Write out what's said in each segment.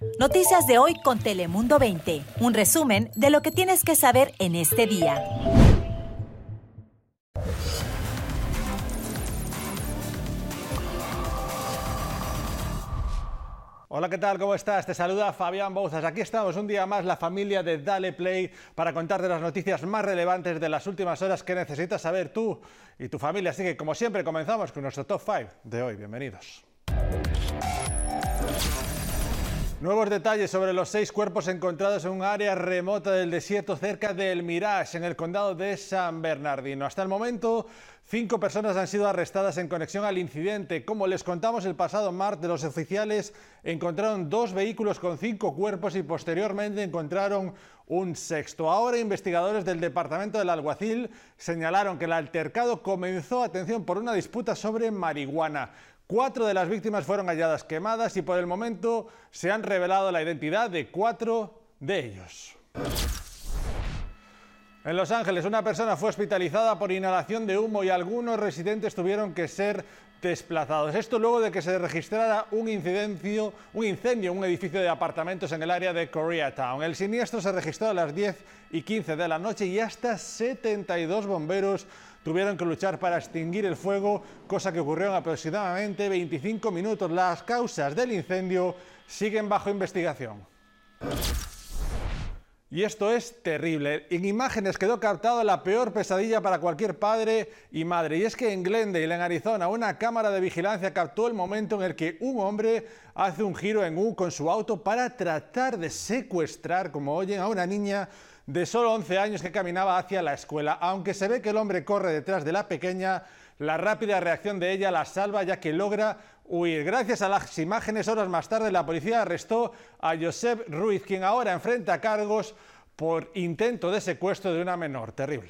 Noticias de hoy con Telemundo 20. Un resumen de lo que tienes que saber en este día. Hola, ¿qué tal? ¿Cómo estás? Te saluda Fabián Bouzas. Aquí estamos un día más, la familia de Dale Play, para contarte las noticias más relevantes de las últimas horas que necesitas saber tú y tu familia. Así que, como siempre, comenzamos con nuestro Top 5 de hoy. Bienvenidos. Nuevos detalles sobre los 6 cuerpos encontrados en un área remota del desierto cerca de El Mirage, en el condado de San Bernardino. Hasta el momento, 5 personas han sido arrestadas en conexión al incidente. Como les contamos el pasado martes, los oficiales encontraron 2 vehículos con 5 cuerpos y posteriormente encontraron un sexto. Ahora, investigadores del Departamento del Alguacil señalaron que el altercado comenzó, atención, por una disputa sobre marihuana. 4 de las víctimas fueron halladas quemadas y por el momento se han revelado la identidad de 4 de ellos. En Los Ángeles, una persona fue hospitalizada por inhalación de humo y algunos residentes tuvieron que ser desplazados. Esto luego de que se registrara un incendio en un edificio de apartamentos en el área de Koreatown. El siniestro se registró a las 10:15 de la noche y hasta 72 bomberos tuvieron que luchar para extinguir el fuego, cosa que ocurrió en aproximadamente 25 minutos. Las causas del incendio siguen bajo investigación. Y esto es terrible. En imágenes quedó captada la peor pesadilla para cualquier padre y madre. Y es que en Glendale, en Arizona, una cámara de vigilancia captó el momento en el que un hombre hace un giro en U con su auto para tratar de secuestrar, como oyen, a una niña de solo 11 años que caminaba hacia la escuela. Aunque se ve que el hombre corre detrás de la pequeña, la rápida reacción de ella la salva, ya que logra huir. Gracias a las imágenes, horas más tarde, la policía arrestó a Joseph Ruiz, quien ahora enfrenta cargos por intento de secuestro de una menor. Terrible.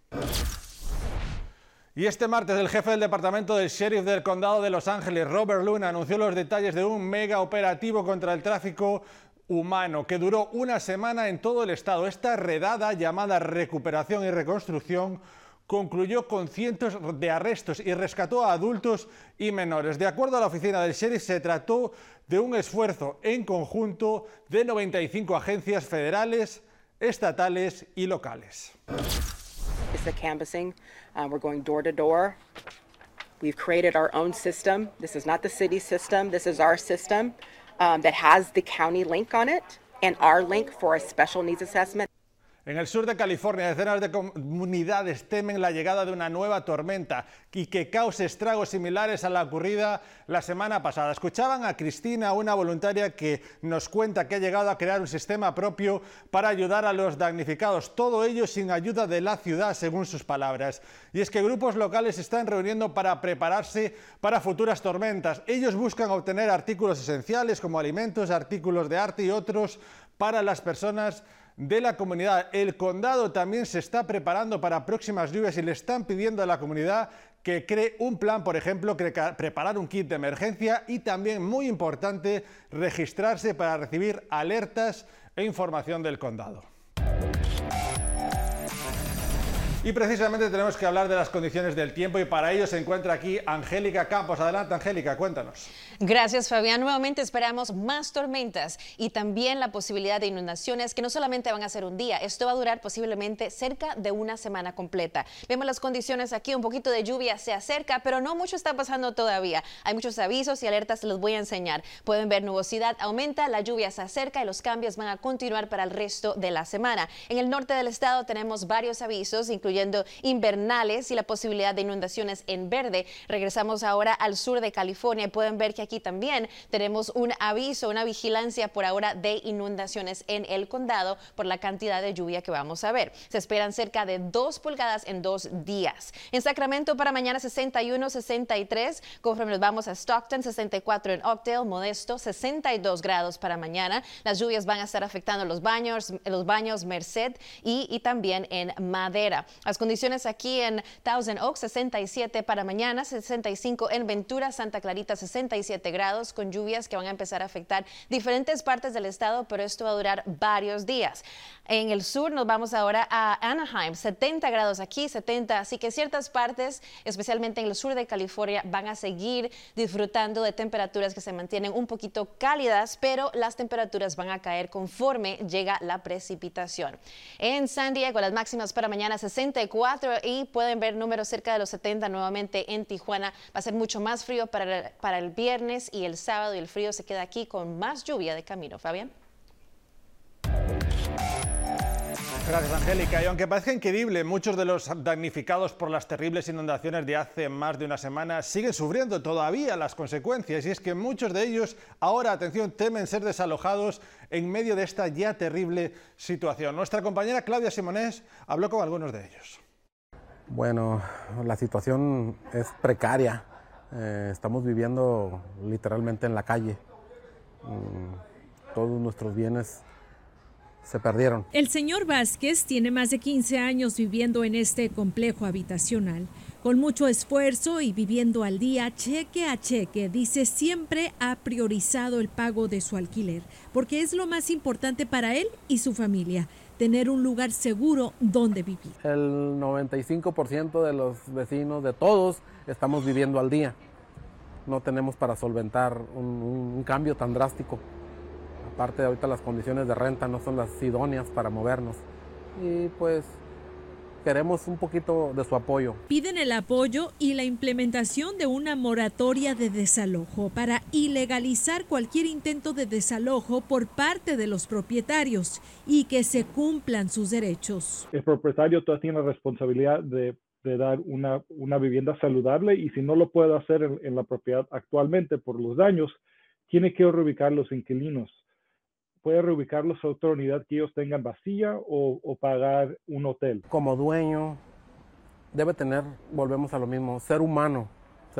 Y este martes, el jefe del departamento del sheriff del condado de Los Ángeles, Robert Luna, anunció los detalles de un mega operativo contra el tráfico humano que duró una semana en todo el estado. Esta redada, llamada Recuperación y Reconstrucción, concluyó con cientos de arrestos y rescató a adultos y menores. De acuerdo a la oficina del sheriff, se trató de un esfuerzo en conjunto de 95 agencias federales, estatales y locales. It's the canvassing. We're going door to door. We've created our own system. This is not the city system. This is our system that has the county link on it and our link for a special needs assessment. En el sur de California, decenas de comunidades temen la llegada de una nueva tormenta y que cause estragos similares a la ocurrida la semana pasada. Escuchaban a Cristina, una voluntaria que nos cuenta que ha llegado a crear un sistema propio para ayudar a los damnificados. Todo ello sin ayuda de la ciudad, según sus palabras. Y es que grupos locales se están reuniendo para prepararse para futuras tormentas. Ellos buscan obtener artículos esenciales como alimentos, artículos de arte y otros para las personas de la comunidad. El condado también se está preparando para próximas lluvias y le están pidiendo a la comunidad que cree un plan, por ejemplo, preparar un kit de emergencia y también, muy importante, registrarse para recibir alertas e información del condado. Y precisamente tenemos que hablar de las condiciones del tiempo y para ello se encuentra aquí Angélica Campos. Adelante, Angélica, cuéntanos. Gracias, Fabián. Nuevamente esperamos más tormentas y también la posibilidad de inundaciones que no solamente van a ser un día, esto va a durar posiblemente cerca de una semana completa. Vemos las condiciones aquí, un poquito de lluvia se acerca, pero no mucho está pasando todavía. Hay muchos avisos y alertas, los voy a enseñar. Pueden ver nubosidad aumenta, la lluvia se acerca y los cambios van a continuar para el resto de la semana. En el norte del estado tenemos varios avisos, incluyendo invernales y la posibilidad de inundaciones en verde. Regresamos ahora al sur de California y pueden ver que aquí también tenemos un aviso, una vigilancia por ahora de inundaciones en el condado por la cantidad de lluvia que vamos a ver. Se esperan cerca de 2 pulgadas en 2 días. En Sacramento para mañana 61, 63, conforme nos vamos a Stockton, 64 en Oakdale, Modesto, 62 grados para mañana. Las lluvias van a estar afectando los baños Merced y también en Madera. Las condiciones aquí en Thousand Oaks, 67 para mañana, 65 en Ventura, Santa Clarita, 67 grados, con lluvias que van a empezar a afectar diferentes partes del estado, pero esto va a durar varios días. En el sur nos vamos ahora a Anaheim, 70 grados aquí, 70, así que ciertas partes, especialmente en el sur de California, van a seguir disfrutando de temperaturas que se mantienen un poquito cálidas, pero las temperaturas van a caer conforme llega la precipitación. En San Diego, las máximas para mañana 64 y pueden ver números cerca de los 70 nuevamente en Tijuana. Va a ser mucho más frío para el viernes y el sábado, y el frío se queda aquí con más lluvia de camino. Fabián. Gracias, Angélica. Y aunque parezca increíble, muchos de los damnificados por las terribles inundaciones de hace más de una semana siguen sufriendo todavía las consecuencias. Y es que muchos de ellos ahora, atención, temen ser desalojados en medio de esta ya terrible situación. Nuestra compañera Claudia Simonés habló con algunos de ellos. Bueno, la situación es precaria. Estamos viviendo literalmente en la calle. Todos nuestros bienes se perdieron. El señor Vázquez tiene más de 15 años viviendo en este complejo habitacional. Con mucho esfuerzo y viviendo al día, cheque a cheque, dice, siempre ha priorizado el pago de su alquiler, porque es lo más importante para él y su familia, tener un lugar seguro donde vivir. El 95% de los vecinos, de todos, estamos viviendo al día. No tenemos para solventar un cambio tan drástico. Aparte, ahorita las condiciones de renta no son las idóneas para movernos. Y pues queremos un poquito de su apoyo. Piden el apoyo y la implementación de una moratoria de desalojo para ilegalizar cualquier intento de desalojo por parte de los propietarios y que se cumplan sus derechos. El propietario todavía tiene la responsabilidad de dar una vivienda saludable, y si no lo puede hacer en la propiedad actualmente por los daños, tiene que reubicar los inquilinos. Puede reubicarlos a otra unidad que ellos tengan vacía o pagar un hotel. Como dueño debe tener, volvemos a lo mismo, ser humano,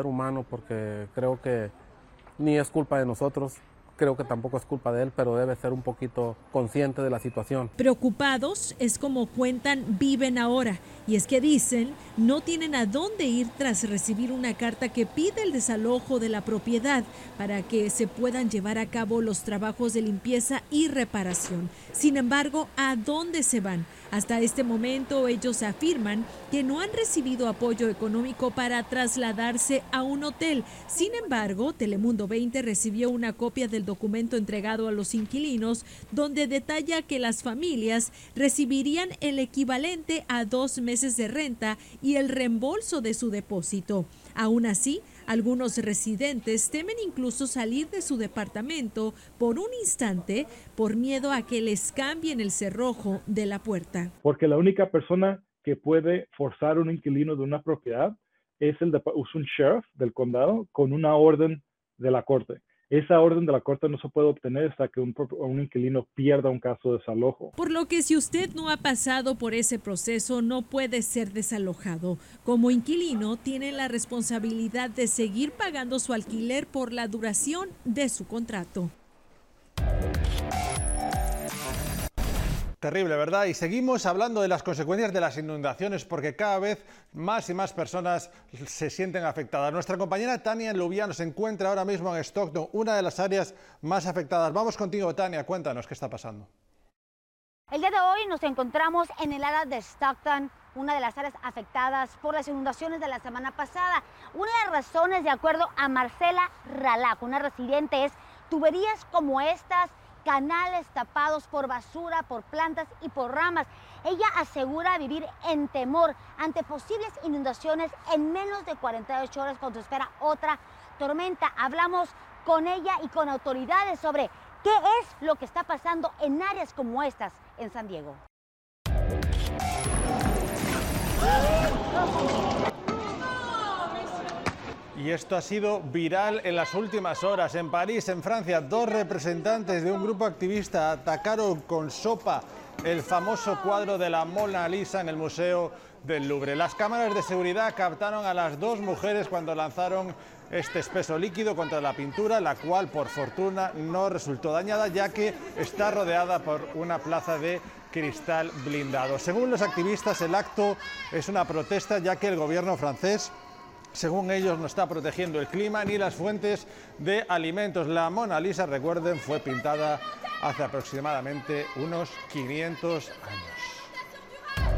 porque creo que ni es culpa de nosotros, creo que tampoco es culpa de él, pero debe ser un poquito consciente de la situación. Preocupados es como cuentan viven ahora, y es que dicen no tienen a dónde ir tras recibir una carta que pide el desalojo de la propiedad para que se puedan llevar a cabo los trabajos de limpieza y reparación. Sin embargo, ¿a dónde se van? Hasta este momento ellos afirman que no han recibido apoyo económico para trasladarse a un hotel. Sin embargo, Telemundo 20 recibió una copia del documento entregado a los inquilinos donde detalla que las familias recibirían el equivalente a 2 meses de renta y el reembolso de su depósito. Aún así, algunos residentes temen incluso salir de su departamento por un instante por miedo a que les cambien el cerrojo de la puerta. Porque la única persona que puede forzar a un inquilino de una propiedad es un sheriff del condado con una orden de la corte. Esa orden de la corte no se puede obtener hasta que un inquilino pierda un caso de desalojo. Por lo que si usted no ha pasado por ese proceso, no puede ser desalojado. Como inquilino, tiene la responsabilidad de seguir pagando su alquiler por la duración de su contrato. Terrible, ¿verdad? Y seguimos hablando de las consecuencias de las inundaciones porque cada vez más y más personas se sienten afectadas. Nuestra compañera Tania Lubiano se encuentra ahora mismo en Stockton, una de las áreas más afectadas. Vamos contigo, Tania, cuéntanos qué está pasando. El día de hoy nos encontramos en el área de Stockton, una de las áreas afectadas por las inundaciones de la semana pasada. Una de las razones, de acuerdo a Marcela Ralac, una residente, es tuberías como estas, canales tapados por basura, por plantas y por ramas. Ella asegura vivir en temor ante posibles inundaciones en menos de 48 horas cuando se espera otra tormenta. Hablamos con ella y con autoridades sobre qué es lo que está pasando en áreas como estas en San Diego. Y esto ha sido viral en las últimas horas. En París, en Francia, 2 representantes de un grupo activista atacaron con sopa el famoso cuadro de la Mona Lisa en el Museo del Louvre. Las cámaras de seguridad captaron a las 2 mujeres cuando lanzaron este espeso líquido contra la pintura, la cual por fortuna no resultó dañada, ya que está rodeada por una plaza de cristal blindado. Según los activistas, el acto es una protesta ya que el gobierno francés, según ellos, no está protegiendo el clima ni las fuentes de alimentos. La Mona Lisa, recuerden, fue pintada hace aproximadamente unos 500 años.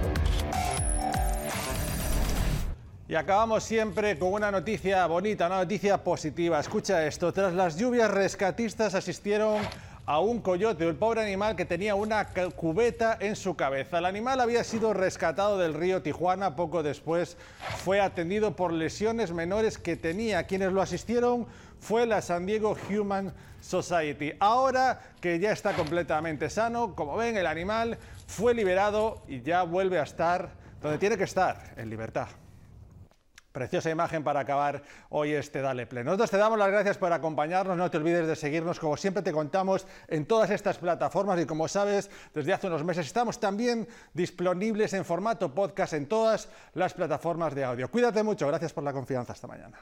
Y acabamos siempre con una noticia bonita, una noticia positiva. Escucha esto, tras las lluvias, rescatistas asistieron a un coyote, el pobre animal que tenía una cubeta en su cabeza. El animal había sido rescatado del río Tijuana, poco después fue atendido por lesiones menores que tenía. Quienes lo asistieron fue la San Diego Humane Society. Ahora que ya está completamente sano, como ven, el animal fue liberado y ya vuelve a estar donde tiene que estar, en libertad. Preciosa imagen para acabar hoy este Dale Play. Nosotros te damos las gracias por acompañarnos, no te olvides de seguirnos, como siempre te contamos en todas estas plataformas y como sabes, desde hace unos meses estamos también disponibles en formato podcast en todas las plataformas de audio. Cuídate mucho, gracias por la confianza, hasta mañana.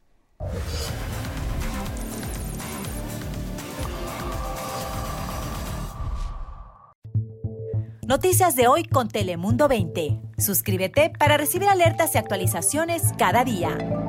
Noticias de hoy con Telemundo 20. Suscríbete para recibir alertas y actualizaciones cada día.